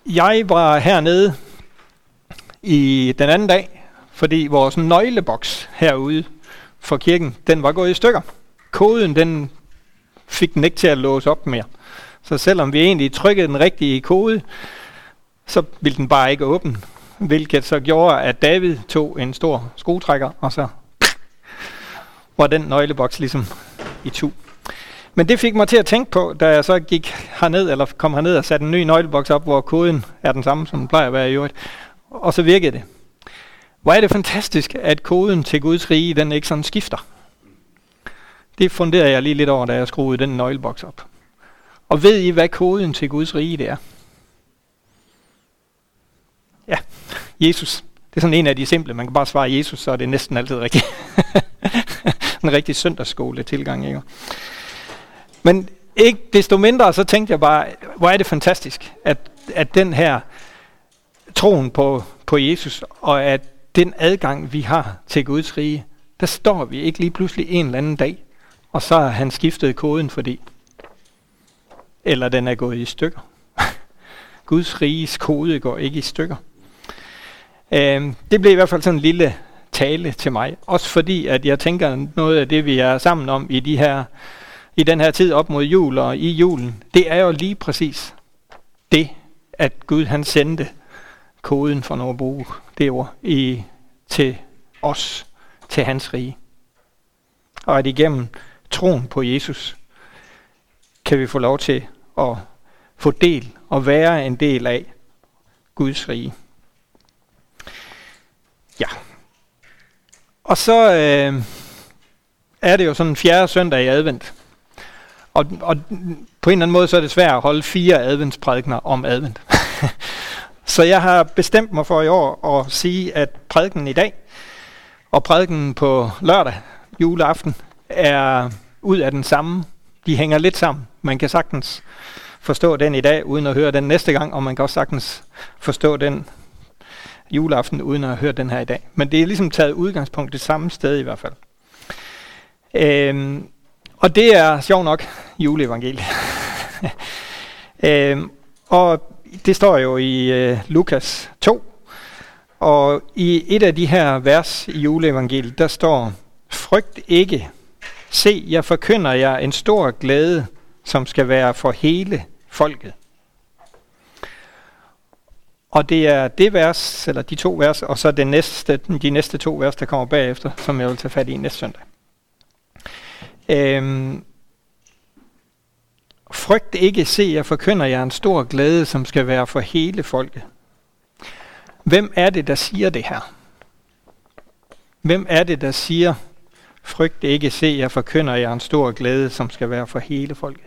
Jeg var hernede i den anden dag, fordi vores nøgleboks herude for kirken, den var gået i stykker. Koden, den fik den ikke til at låse op mere. Så selvom vi egentlig trykkede den rigtige kode, så ville den bare ikke åbne. Hvilket så gjorde, at David tog en stor skruetrækker, og så var den nøgleboks ligesom itu. Men det fik mig til at tænke på, da jeg så gik herned, eller kom herned og satte en ny nøgleboks op, hvor koden er den samme, som den plejer at være i øvrigt. Og så virkede det. Hvor er det fantastisk, at koden til Guds rige, den ikke sådan skifter. Det funderede jeg lige lidt over, da jeg skruede den nøgleboks op. Og ved I, hvad koden til Guds rige det er? Ja, Jesus. Det er sådan en af de simple. Man kan bare svare Jesus, så er det næsten altid rigtigt. En rigtig søndagsskole tilgang, ikke? Men ikke desto mindre, så tænkte jeg bare, hvor er det fantastisk, at den her troen på Jesus, og at den adgang, vi har til Guds rige, der står vi ikke lige pludselig en eller anden dag, og så har han skiftet koden, fordi, eller den er gået i stykker. Guds riges kode går ikke i stykker. Det blev i hvert fald sådan en lille tale til mig, også fordi, at jeg tænker, noget af det, vi er sammen om i den her tid op mod jul og i julen, det er jo lige præcis det, at Gud han sendte koden for at bruge det ord til os, til hans rige. Og at igennem troen på Jesus, kan vi få lov til at få del og være en del af Guds rige. Ja. Og så er det jo sådan en 4. søndag i advent. Og på en eller anden måde, så er det svært at holde 4 adventsprædikener om advent. Så jeg har bestemt mig for i år at sige, at prædikenen i dag og prædikenen på lørdag, juleaften, er ud af den samme. De hænger lidt sammen. Man kan sagtens forstå den i dag, uden at høre den næste gang, og man kan også sagtens forstå den juleaften, uden at høre den her i dag. Men det er ligesom taget udgangspunkt det samme sted i hvert fald. Og det er sjovt nok juleevangeliet. Og det står jo i Lukas 2. Og i et af de her vers i juleevangeliet, der står: Frygt ikke. Se, jeg forkynder jer en stor glæde, som skal være for hele folket. Og det er det vers, eller de 2 vers, og så de næste 2 vers, der kommer bagefter, som jeg vil tage fat i næste søndag. Frygt ikke, se, jeg forkynder jer en stor glæde, som skal være for hele folket. Hvem er det, der siger det her? Hvem er det, der siger, frygt ikke, se, jeg forkynder jer en stor glæde, som skal være for hele folket?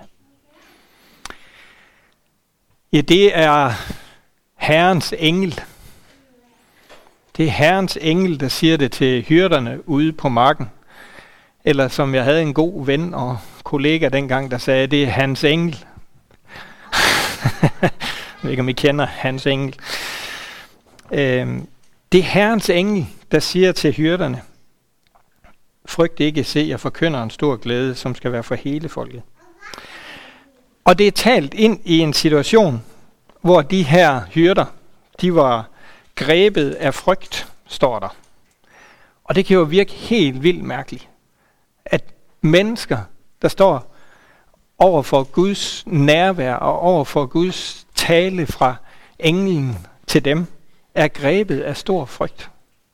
Ja, det er Herrens engel. Det er Herrens engel, der siger det til hyrderne ude på marken. Eller som jeg havde en god ven og kollega dengang, der sagde, det er hans engel. Jeg ved ikke, om I kender hans engel. Det er Herrens engel, der siger til hyrderne, frygt ikke, se, jeg forkynder en stor glæde, som skal være for hele folket. Og det er talt ind i en situation, hvor de her hyrder, de var grebet af frygt, står der. Og det kan jo virke helt vildt mærkeligt, at mennesker, der står over for Guds nærvær og over for Guds tale fra englen til dem, er grebet af stor frygt.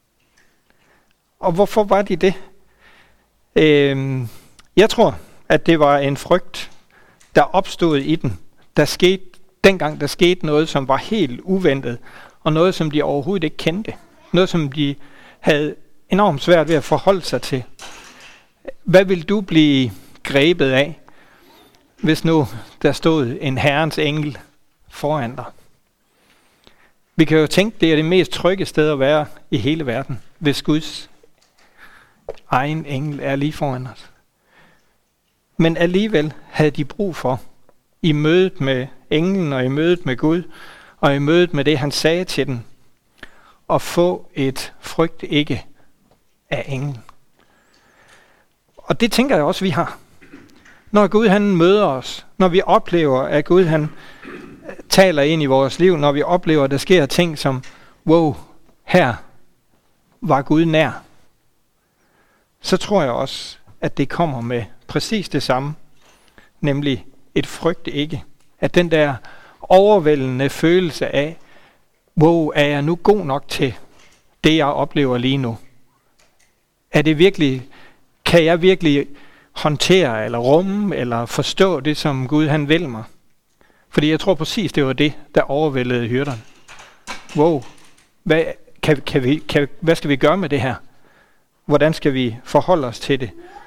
Og hvorfor var de det? Jeg tror, at det var en frygt, der opstod i den. Dengang der skete noget, som var helt uventet, og noget, som de overhovedet ikke kendte. Noget, som de havde enormt svært ved at forholde sig til. Hvad vil du blive grebet af, hvis nu der stod en Herrens engel foran dig? Vi kan jo tænke, det er det mest trygge sted at være i hele verden, hvis Guds egen engel er lige foran os. Men alligevel havde de brug for, i mødet med englen og i mødet med Gud, og i mødet med det, han sagde til dem, at få et frygt ikke af englen. Og det tænker jeg også, vi har. Når Gud han møder os, når vi oplever, at Gud han taler ind i vores liv, når vi oplever, at der sker ting som, wow, her var Gud nær, så tror jeg også, at det kommer med præcis det samme, nemlig et frygt ikke. At den der overvældende følelse af, wow, er jeg nu god nok til det, jeg oplever lige nu? Er det virkelig, kan jeg virkelig håndtere, eller rumme, eller forstå det, som Gud han vil mig? Fordi jeg tror præcis, det var det, der overvældede hyrderne. Wow, hvad skal vi gøre med det her? Hvordan skal vi forholde os til det?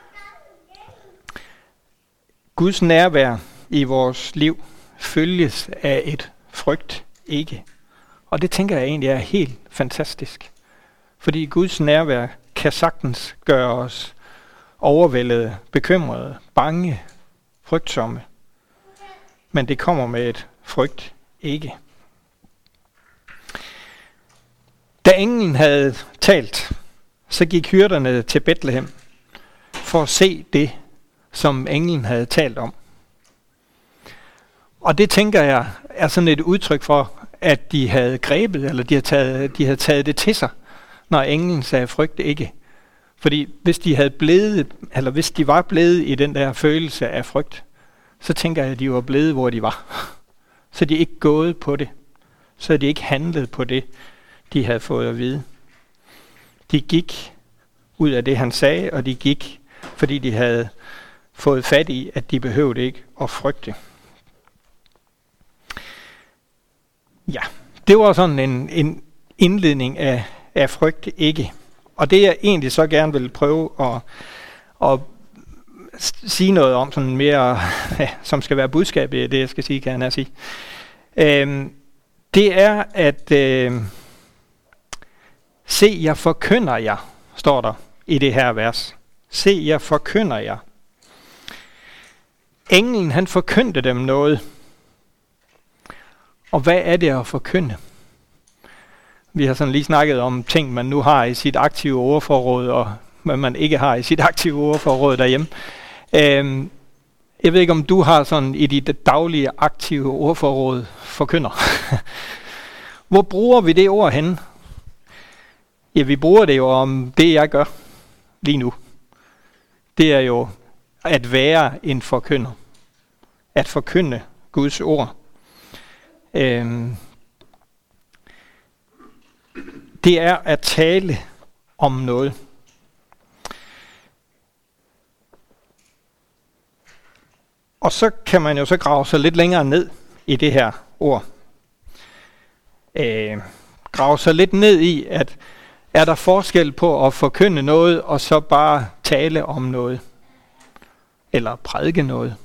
Guds nærvær i vores liv følges af et frygt ikke. Og det tænker jeg egentlig er helt fantastisk. Fordi Guds nærvær kan sagtens gøre os overvældede, bekymrede, bange, frygtsomme. Men det kommer med et frygt ikke. Da englen havde talt, så gik hyrderne til Betlehem for at se det, som englen havde talt om. Og det tænker jeg er sådan et udtryk for, at de havde grebet, eller de havde taget det til sig, når englen sagde frygt ikke. Fordi hvis de var blevet i den der følelse af frygt, så tænker jeg, at de var blevet, hvor de var. Så de ikke gået på det. Så de ikke handlede på det, de havde fået at vide. De gik ud af det, han sagde, og de gik, fordi de havde fået fat i, at de behøvede ikke at frygte. Ja, det var sådan en indledning af frygt ikke. Og det jeg egentlig så gerne vil prøve at sige noget om, sådan mere, som skal være budskabet i det, jeg skal sige, kan jeg sige. Det er, at se, jeg forkynder jer, står der i det her vers. Se, jeg forkynder jer. Englen, han forkyndte dem noget. Og hvad er det at forkynde? Vi har sådan lige snakket om ting, man nu har i sit aktive ordforråd, og hvad man ikke har i sit aktive ordforråd derhjemme. Jeg ved ikke, om du har sådan i dit daglige aktive ordforråd forkynder. Hvor bruger vi det ord henne? Ja, vi bruger det jo om det, jeg gør lige nu. Det er jo at være en forkynder. At forkynde Guds ord. Det er at tale om noget. Og så kan man jo så grave sig lidt længere ned i det her ord. Grave sig lidt ned i, at er der forskel på at forkynde noget, og så bare tale om noget? Eller prædike noget?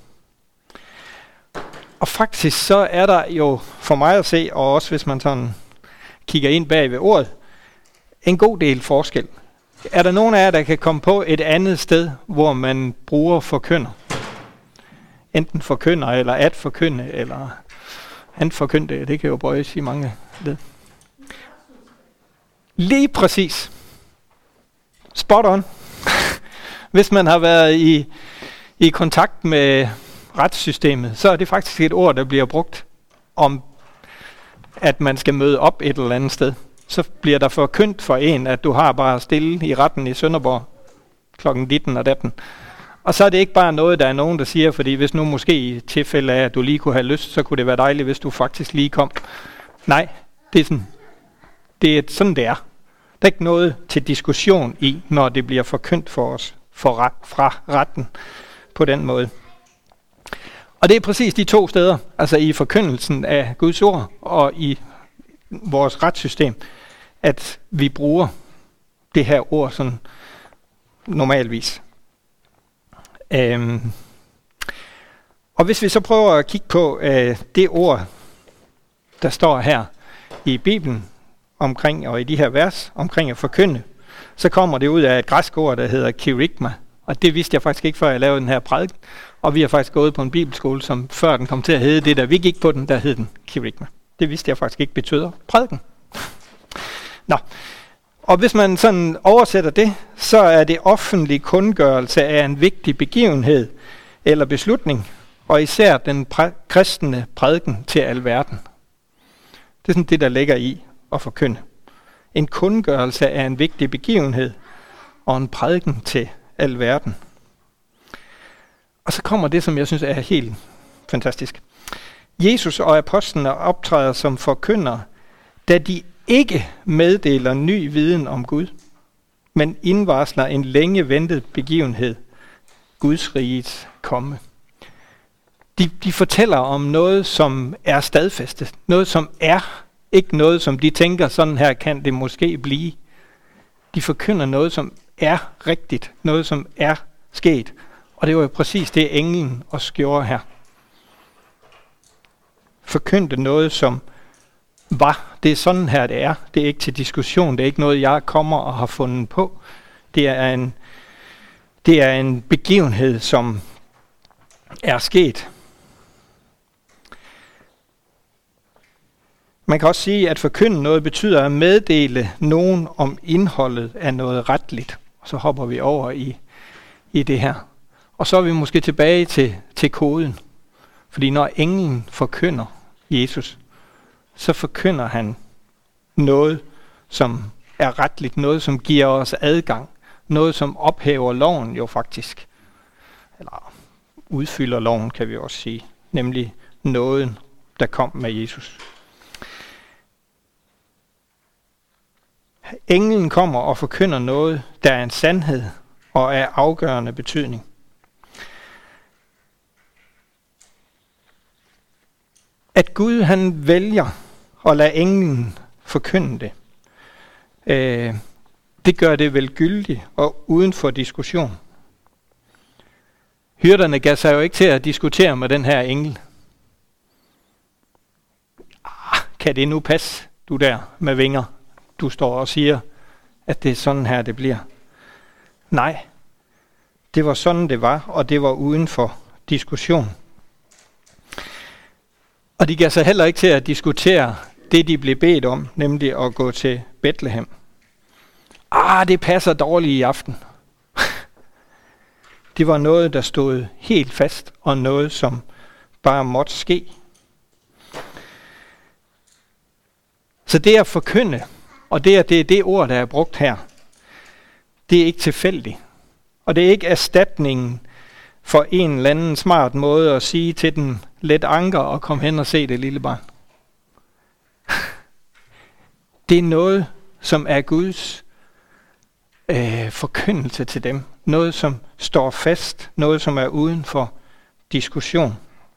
Og faktisk så er der jo for mig at se, og også hvis man sådan kigger ind bag ved ordet, en god del forskel. Er der nogen af jer, der kan komme på et andet sted, hvor man bruger forkynder? Enten forkynder, eller at forkynde, eller han forkyndte, det kan jo bøjes i mange led. Lige præcis. Spot on. Hvis man har været i kontakt med retssystemet, så er det faktisk et ord, der bliver brugt om, at man skal møde op et eller andet sted. Så bliver der forkyndt for en, at du har bare stille i retten i Sønderborg klokken 19 og 18. Og så er det ikke bare noget, der er nogen, der siger, fordi hvis nu måske i tilfælde af, at du lige kunne have lyst, så kunne det være dejligt, hvis du faktisk lige kom. Nej, det er sådan, det er. Der er ikke noget til diskussion i, når det bliver forkyndt for os fra retten på den måde. Og det er præcis de to steder, altså i forkyndelsen af Guds ord og i vores retssystem, at vi bruger det her ord sådan normalvis. Og hvis vi så prøver at kigge på det ord, der står her i Bibelen omkring, og i de her vers omkring at forkynde, så kommer det ud af et græsk ord, der hedder kerygma. Og det vidste jeg faktisk ikke, før jeg lavede den her prædiken. Og vi har faktisk gået på en bibelskole, som før den kom til at hedde det, da vi gik på den, der hed den kerygma. Det vidste jeg faktisk ikke betyder prædiken. Nå. Og hvis man sådan oversætter det, så er det offentlig kundgørelse af en vigtig begivenhed eller beslutning, og især den kristne prædiken til alverden. Det er sådan det, der ligger i at forkynde. En kundgørelse af en vigtig begivenhed, og en prædiken til alverden. Og så kommer det, som jeg synes er helt fantastisk. Jesus og apostlene optræder som forkyndere, da de ikke meddeler ny viden om Gud, men indvarsler en længe ventet begivenhed, Guds rigets komme. De fortæller om noget, som er stadfæstet. Noget, som er. Ikke noget, som de tænker, sådan her kan det måske blive. De forkynder noget, som er rigtigt. Noget, som er sket. Og det var jo præcis det, englen også gjorde her. Forkyndte noget, som var. Det er sådan her, det er. Det er ikke til diskussion. Det er ikke noget, jeg kommer og har fundet på. Det er en begivenhed, som er sket. Man kan også sige, at forkynde noget betyder at meddele nogen om indholdet af noget retligt. Og så hopper vi over i det her. Og så er vi måske tilbage til koden. Fordi når englen forkynder Jesus, så forkynder han noget, som er retligt. Noget, som giver os adgang. Noget, som ophæver loven jo faktisk. Eller udfylder loven, kan vi også sige. Nemlig nåden, der kom med Jesus. Englen kommer og forkynder noget, der er en sandhed og af afgørende betydning. At Gud han vælger at lade englen forkynde det, det gør det vel gyldigt og uden for diskussion. Hyrderne gav sig jo ikke til at diskutere med den her engel. Kan det nu passe, du der med vinger? Du står og siger, at det er sådan her, det bliver. Nej, det var sådan, det var, og det var uden for diskussion. Og de gav sig heller ikke til at diskutere det, de blev bedt om, nemlig at gå til Bethlehem. Det passer dårligt i aften. Det var noget, der stod helt fast, og noget, som bare måtte ske. Så det at forkynde, og det er det ord, der er brugt her, det er ikke tilfældigt. Og det er ikke erstatningen for en eller anden smart måde at sige til den, let anker og kom hen og se det lille barn. Det er noget, som er Guds forkyndelse til dem. Noget, som står fast. Noget, som er uden for diskussion.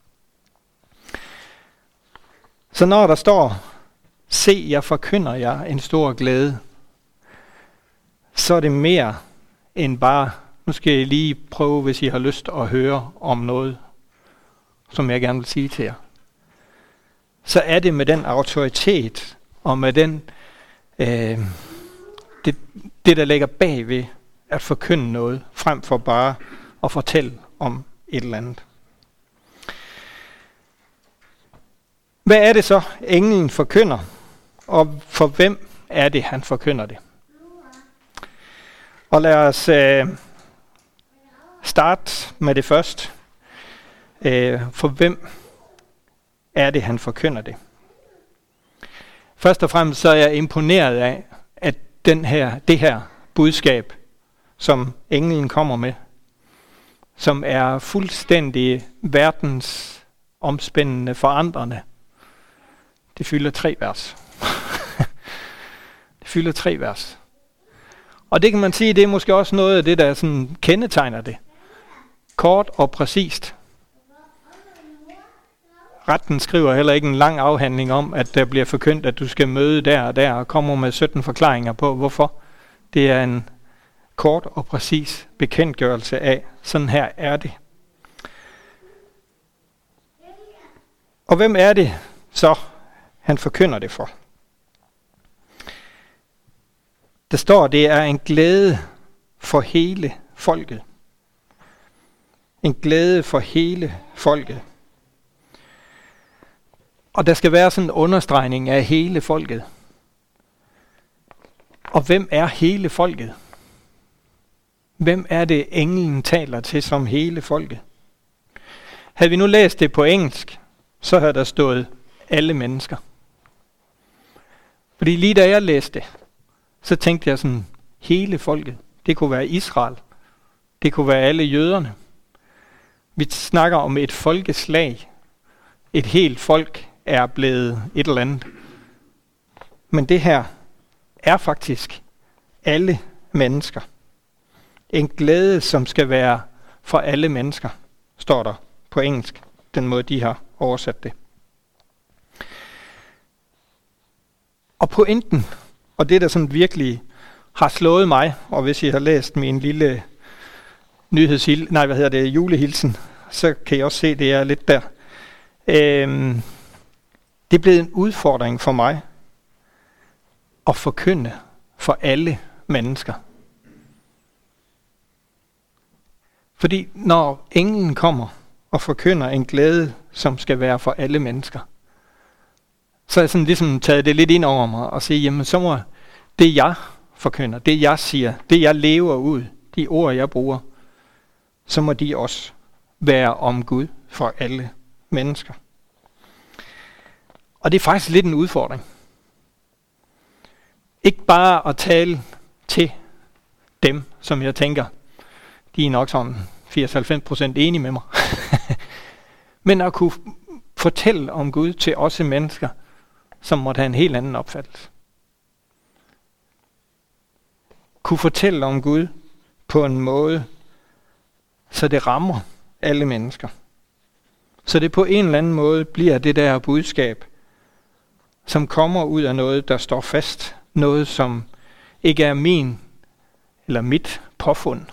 Så når der står, se, jeg forkynder jer en stor glæde, så er det mere end bare, nu skal I lige prøve, hvis I har lyst at høre om noget, som jeg gerne vil sige til jer. Så er det med den autoritet, og med den, det der ligger bagved at forkynde noget, frem for bare at fortælle om et eller andet. Hvad er det så, englen forkynder? Og for hvem er det, han forkynder det? Og lad os starte med det første. For hvem er det, han forkynder det? Først og fremmest så er jeg imponeret af, at det her budskab, som englen kommer med, som er fuldstændig verdensomspændende, forandrende, det fylder 3 vers. Det fylder 3 vers. Og det kan man sige, det er måske også noget af det, der sådan kendetegner det. Kort og præcist. Retten skriver heller ikke en lang afhandling om, at der bliver forkyndt, at du skal møde der og der, og kommer med 17 forklaringer på, hvorfor. Det er en kort og præcis bekendtgørelse af, sådan her er det. Og hvem er det så, han forkynder det for? Der står, det er en glæde for hele folket. En glæde for hele folket. Og der skal være sådan en understregning af hele folket. Og hvem er hele folket? Hvem er det, englen taler til som hele folket? Havde vi nu læst det på engelsk, så havde der stået alle mennesker. Fordi lige da jeg læste det, så tænkte jeg sådan, hele folket. Det kunne være Israel. Det kunne være alle jøderne. Vi snakker om et folkeslag. Et helt folk er blevet et eller andet. Men det her er faktisk alle mennesker. En glæde, som skal være for alle mennesker, står der på engelsk. Den måde, de har oversat det. Og pointen, og det der sådan virkelig har slået mig, og hvis I har læst min lille julehilsen, så kan I også se, det er lidt der. Det er blevet en udfordring for mig at forkynde for alle mennesker. Fordi når englen kommer og forkynder en glæde, som skal være for alle mennesker, så har jeg sådan ligesom taget det lidt ind over mig og sige, jamen så må det jeg forkynder, det jeg siger, det jeg lever ud, de ord jeg bruger, så må de også være om Gud for alle mennesker. Og det er faktisk lidt en udfordring. Ikke bare at tale til dem, som jeg tænker, de er nok sådan 80-90% enige med mig. Men at kunne fortælle om Gud til også mennesker, som måtte have en helt anden opfattelse. Kunne fortælle om Gud på en måde, så det rammer alle mennesker. Så det på en eller anden måde bliver det der budskab, som kommer ud af noget, der står fast. Noget, som ikke er min eller mit påfund.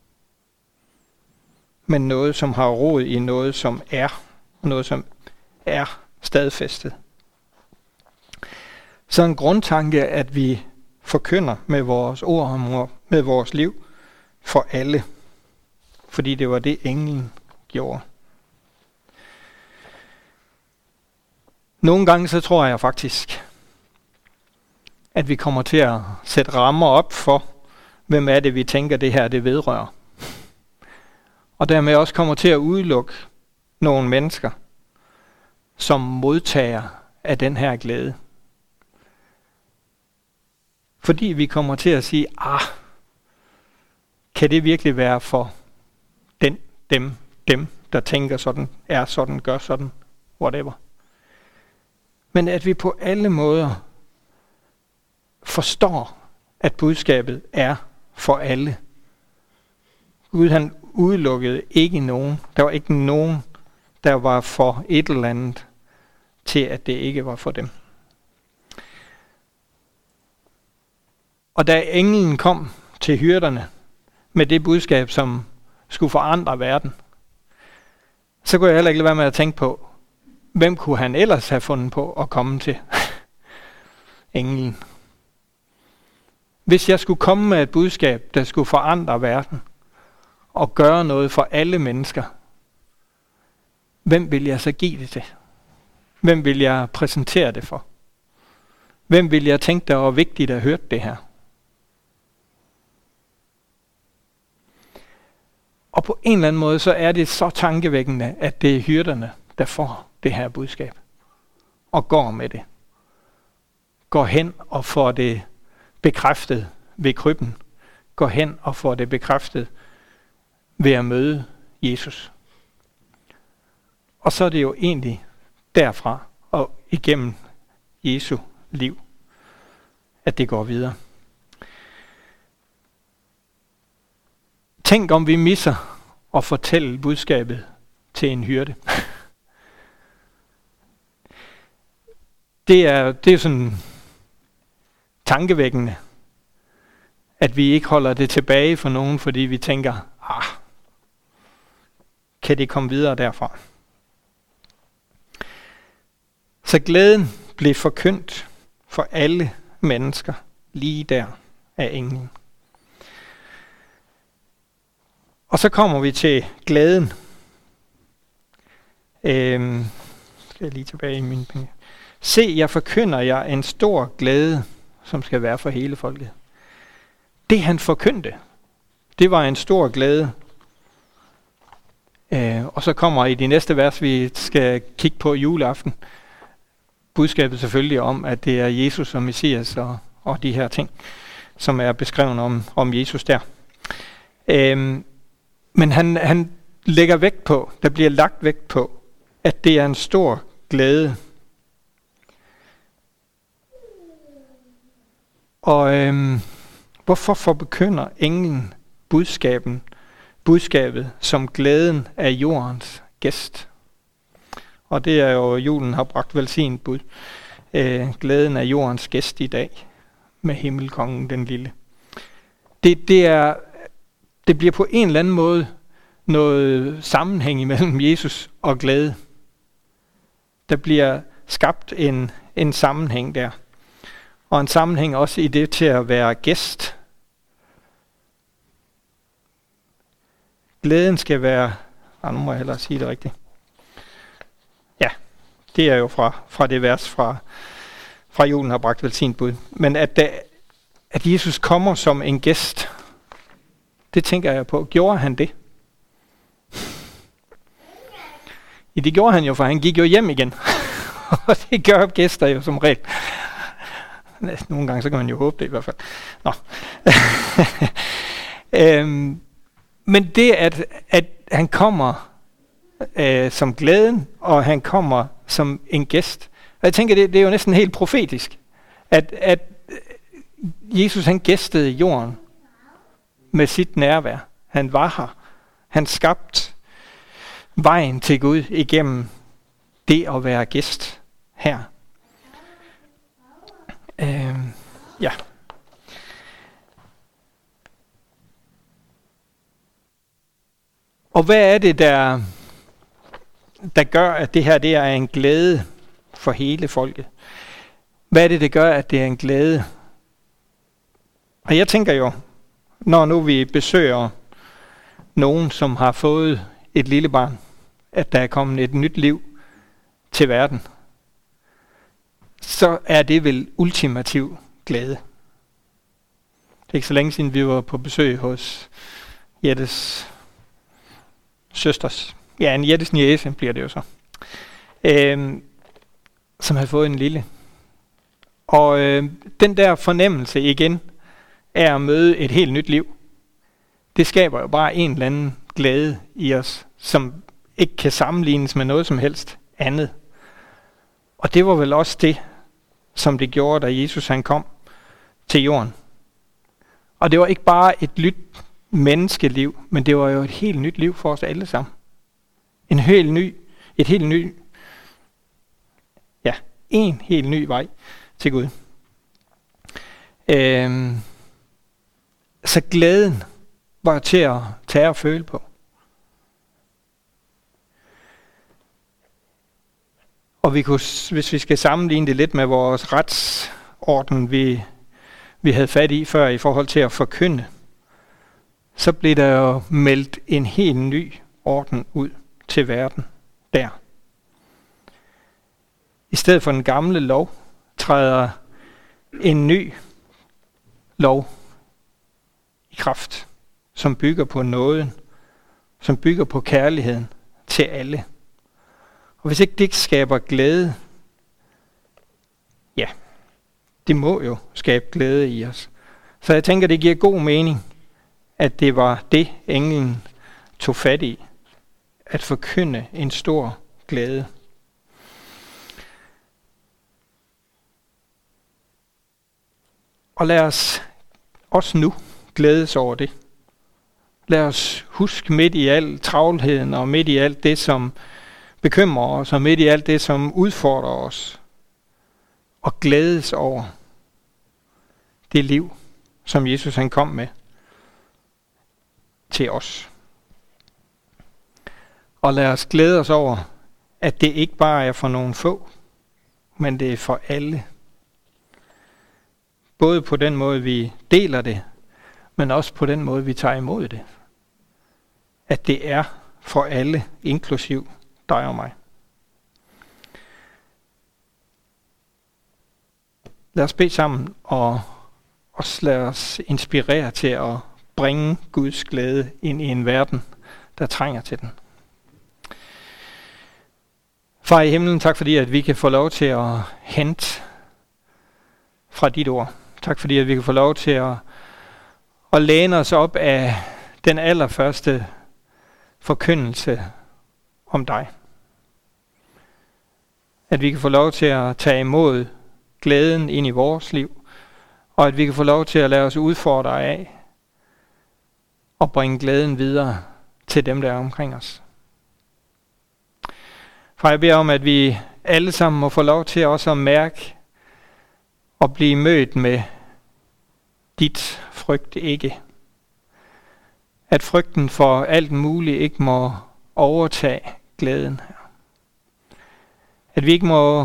Men noget, som har rod i noget, som er. Noget, som er stadfæstet. Så en grundtanke, at vi forkynder med vores ord og med vores liv for alle. Fordi det var det, englen gjorde. Nogle gange så tror jeg faktisk, at vi kommer til at sætte rammer op for, hvem er det, vi tænker, det her det vedrører. Og dermed også kommer til at udelukke nogle mennesker, som modtager af den her glæde. Fordi vi kommer til at sige, kan det virkelig være for dem, der tænker sådan, er sådan, gør sådan, whatever. Men at vi på alle måder forstår, at budskabet er for alle. Gud han udelukkede ikke nogen. Der var ikke nogen, der var for et eller andet, til at det ikke var for dem. Og da englen kom til hyrderne med det budskab, som skulle forandre verden, så kunne jeg heller ikke lade være med at tænke på, hvem kunne han ellers have fundet på at komme til? Englen. Hvis jeg skulle komme med et budskab, der skulle forandre verden, og gøre noget for alle mennesker, hvem vil jeg så give det til? Hvem vil jeg præsentere det for? Hvem vil jeg tænke, der var vigtigt at høre det her? Og på en eller anden måde, så er det så tankevækkende, at det er hyrderne, der får det her budskab. Og går med det. Går hen og får det bekræftet ved krybben. Går hen og får det bekræftet ved at møde Jesus. Og så er det jo egentlig derfra og igennem Jesu liv, at det går videre. Tænk om vi misser at fortælle budskabet til en hyrde. Det er sådan tankevækkende, at vi ikke holder det tilbage for nogen, fordi vi tænker, kan det komme videre derfra? Så glæden blev forkyndt for alle mennesker lige der af englen. Og så kommer vi til glæden. Skal jeg lige tilbage i mine penge. Se, jeg forkynder jer en stor glæde, som skal være for hele folket. Det han forkyndte, det var en stor glæde. Og så kommer i de næste vers, vi skal kigge på juleaften, budskabet selvfølgelig om, at det er Jesus og Messias og de her ting, som er beskrevet om Jesus der. Men han lægger vægt på, der bliver lagt vægt på, at det er en stor glæde. Og hvorfor forkynder englen budskabet som glæden af jordens gæst? Og det er jo, julen har bragt velsignet bud. Glæden af jordens gæst i dag, med himmelkongen den lille. Det bliver på en eller anden måde noget sammenhæng imellem Jesus og glæde. Der bliver skabt en sammenhæng der. Og en sammenhæng også i det til at være gæst. Glæden skal være... nu må jeg hellere sige det rigtigt. Ja, det er jo fra det vers fra julen har bragt velsignet bud. Men at Jesus kommer som en gæst, det tænker jeg på. Gjorde han det? Ja, det gjorde han jo, for han gik jo hjem igen. Og det gør gæster jo som regel. Nogle gange så kan man jo håbe det i hvert fald. Nå. Men det, at han kommer som glæden, og han kommer som en gæst. Og jeg tænker, det er jo næsten helt profetisk, at Jesus han gæstede jorden med sit nærvær. Han var her. Han skabte vejen til Gud igennem det at være gæst her. Ja. Og hvad er det, der gør, at det her det er en glæde for hele folket? Hvad er det, der gør, at det er en glæde? Og jeg tænker jo, når nu vi besøger nogen, som har fået et lille barn, at der er kommet et nyt liv til verden, så er det vel ultimativ glæde. Det er ikke så længe siden, vi var på besøg hos Jettes søsters. Ja, en Jettes niece bliver det jo så. Som havde fået en lille. Og den der fornemmelse igen af at møde et helt nyt liv, det skaber jo bare en eller anden glæde i os, som ikke kan sammenlignes med noget som helst andet. Og det var vel også det, som det gjorde, da Jesus han kom til jorden. Og det var ikke bare et nyt menneskeliv, men det var jo et helt nyt liv for os alle sammen. En helt ny vej til Gud. Så glæden var til at tage og føle på. Og vi kunne, hvis vi skal sammenligne det lidt med vores retsorden, vi havde fat i før i forhold til at forkynde, så blev der jo meldt en helt ny orden ud til verden der. I stedet for den gamle lov, træder en ny lov i kraft, som bygger på nåden, som bygger på kærligheden til alle. Og hvis ikke det skaber glæde, ja, det må jo skabe glæde i os. Så jeg tænker, det giver god mening, at det var det, englen tog fat i, at forkynde en stor glæde. Og lad os også nu glædes over det. Lad os huske midt i al travlheden og midt i alt det, som bekymrer os, og midt i alt det, som udfordrer os, og glædes over det liv, som Jesus han kom med til os. Og lad os glæde os over, at det ikke bare er for nogle få, men det er for alle. Både på den måde, vi deler det, men også på den måde, vi tager imod det. At det er for alle, inklusiv dig og mig. Lad os bede sammen, og også lad os inspirere til at bringe Guds glæde ind i en verden, der trænger til den. Far i himlen, tak fordi, at vi kan få lov til at hente fra dit ord. Tak fordi, at vi kan få lov til at læne os op af den allerførste forkyndelse om dig. At vi kan få lov til at tage imod glæden ind i vores liv, og at vi kan få lov til at lade os udfordre af og bringe glæden videre til dem, der er omkring os. Far, jeg beder om, at vi alle sammen må få lov til også at mærke og blive mødt med dit frygt ikke. At frygten for alt muligt ikke må overtage glæden her. At vi ikke må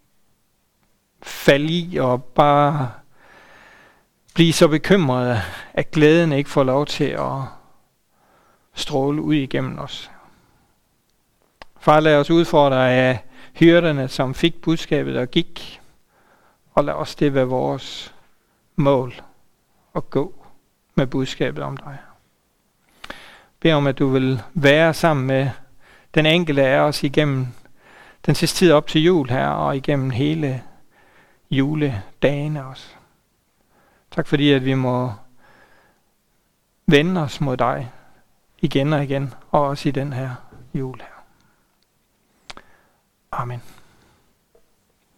falde i og bare blive så bekymrede, at glæden ikke får lov til at stråle ud igennem os. Far, lad os udfordre af hyrderne, som fik budskabet og gik, og lad os det være vores mål at gå med budskabet om dig. Jeg beder om, at du vil være sammen med den enkelte af os igennem den sidste tid op til jul her, og igennem hele juledagene også. Tak fordi, at vi må vende os mod dig igen og igen, og også i den her jul her. Amen.